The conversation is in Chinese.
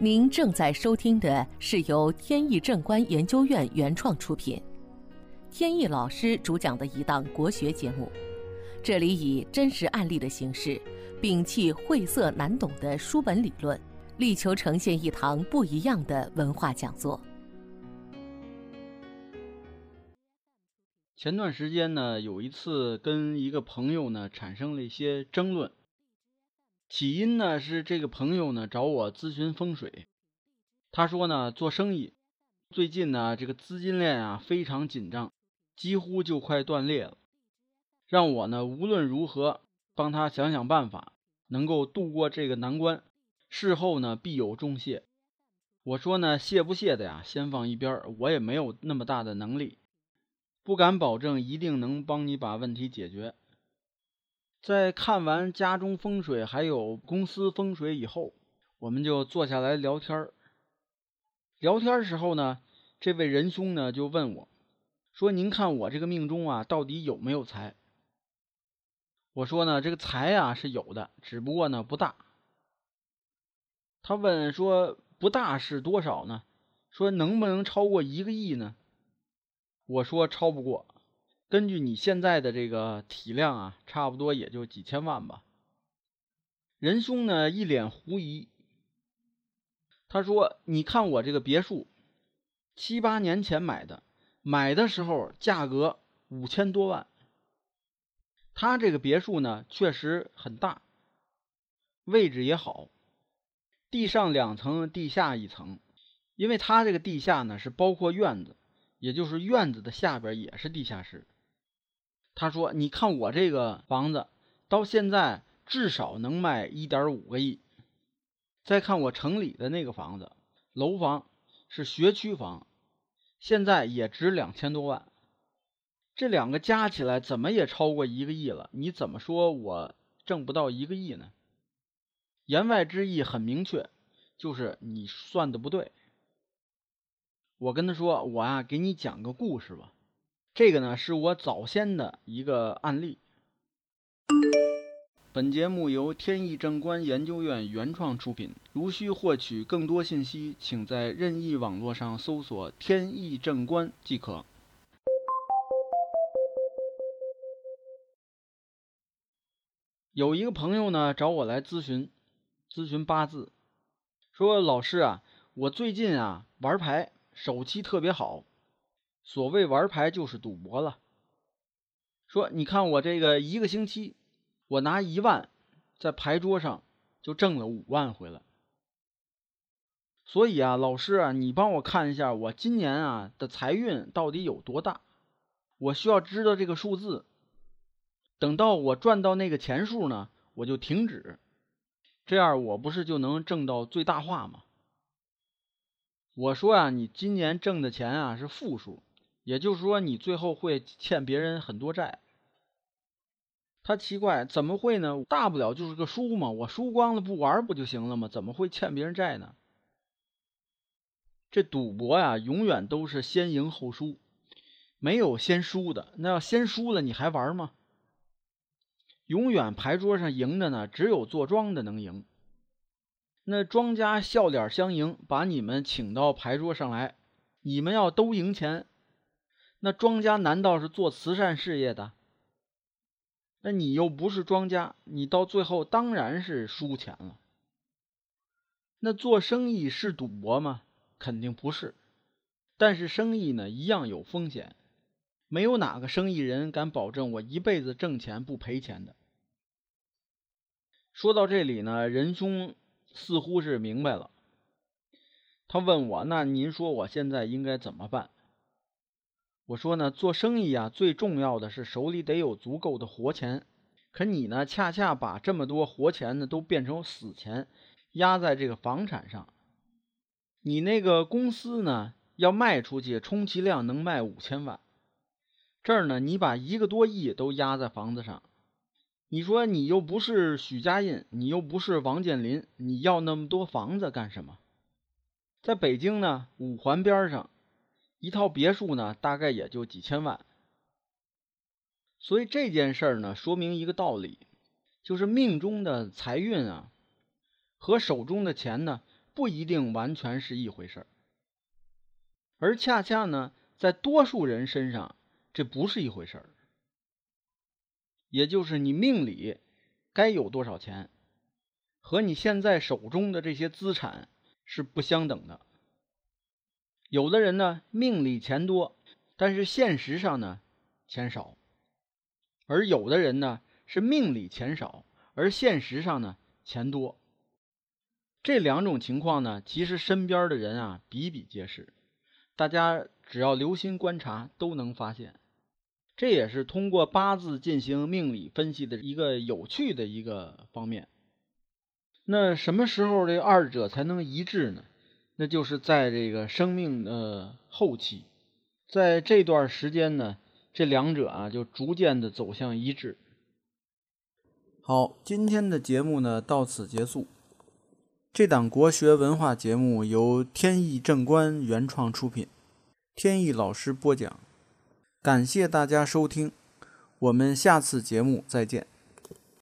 您正在收听的是由天意正观研究院原创出品，天意老师主讲的一档国学节目。这里以真实案例的形式，摒弃晦涩难懂的书本理论，力求呈现一堂不一样的文化讲座。 前段时间呢，有一次跟一个朋友呢产生了一些争论。起因呢是这个朋友呢找我咨询风水，他说呢做生意最近呢这个资金链啊非常紧张，几乎就快断裂了，让我呢无论如何帮他想想办法，能够度过这个难关，事后呢必有重谢。我说呢谢不谢的呀先放一边，我也没有那么大的能力，不敢保证一定能帮你把问题解决。在看完家中风水还有公司风水以后，我们就坐下来聊天。聊天时候呢，这位仁兄呢就问我说，您看我这个命中啊到底有没有财？我说呢这个财啊是有的，只不过呢不大。他问说不大是多少呢？说能不能超过1个亿呢？我说超不过，根据你现在的这个体量啊，差不多也就几千万吧。仁兄呢一脸狐疑，他说你看我这个别墅7、8年前买的时候价格5000多万。他这个别墅呢确实很大，位置也好，地上2层，地下1层，因为他这个地下呢是包括院子，也就是院子的下边也是地下室。他说你看我这个房子到现在至少能卖1.5个亿，再看我城里的那个房子，楼房是学区房，现在也值2000多万，这2个加起来怎么也超过1个亿了，你怎么说我挣不到1个亿呢？言外之意很明确，就是你算的不对。我跟他说我啊给你讲个故事吧，这个呢是我早先的一个案例。本节目由天意正观研究院原创出品，如需获取更多信息，请在任意网络上搜索天意正观即可。有一个朋友呢找我来咨询八字，说老师啊，我最近啊玩牌手气特别好，所谓玩牌就是赌博了。说你看我这个1个星期，我拿1万在牌桌上就挣了5万回来。所以啊，老师啊，你帮我看一下我今年啊的财运到底有多大，我需要知道这个数字，等到我赚到那个钱数呢，我就停止，这样我不是就能挣到最大化吗？我说啊，你今年挣的钱啊是负数，也就是说你最后会欠别人很多债。他奇怪，怎么会呢？大不了就是个输嘛，我输光了不玩不就行了吗？怎么会欠别人债呢？这赌博啊，永远都是先赢后输，没有先输的。那要先输了你还玩吗？永远牌桌上赢的呢，只有做庄的能赢。那庄家笑脸相迎，把你们请到牌桌上来，你们要都赢钱，那庄家难道是做慈善事业的？那你又不是庄家，你到最后当然是输钱了。那做生意是赌博吗？肯定不是，但是生意呢一样有风险，没有哪个生意人敢保证我一辈子挣钱不赔钱的。说到这里呢，仁兄似乎是明白了，他问我，那您说我现在应该怎么办？我说呢，做生意啊，最重要的是手里得有足够的活钱，可你呢恰恰把这么多活钱呢都变成死钱，压在这个房产上。你那个公司呢要卖出去，充其量能卖5000万，这儿呢你把1个多亿都压在房子上，你说你又不是许家印，你又不是王健林，你要那么多房子干什么？在北京呢5环边上一套别墅呢大概也就几千万。所以这件事儿呢说明一个道理，就是命中的财运啊和手中的钱呢不一定完全是一回事儿。而恰恰呢，在多数人身上，这不是一回事儿。也就是你命里该有多少钱，和你现在手中的这些资产是不相等的。有的人呢，命里钱多，但是现实上呢，钱少；而有的人呢，是命里钱少，而现实上呢，钱多。这两种情况呢，其实身边的人啊，比比皆是。大家只要留心观察，都能发现。这也是通过八字进行命理分析的一个有趣的一个方面。那什么时候这二者才能一致呢？那就是在这个生命的后期，在这段时间呢，这两者啊就逐渐的走向一致。好，今天的节目呢到此结束。这档国学文化节目由天意正观原创出品，天意老师播讲。感谢大家收听，我们下次节目再见。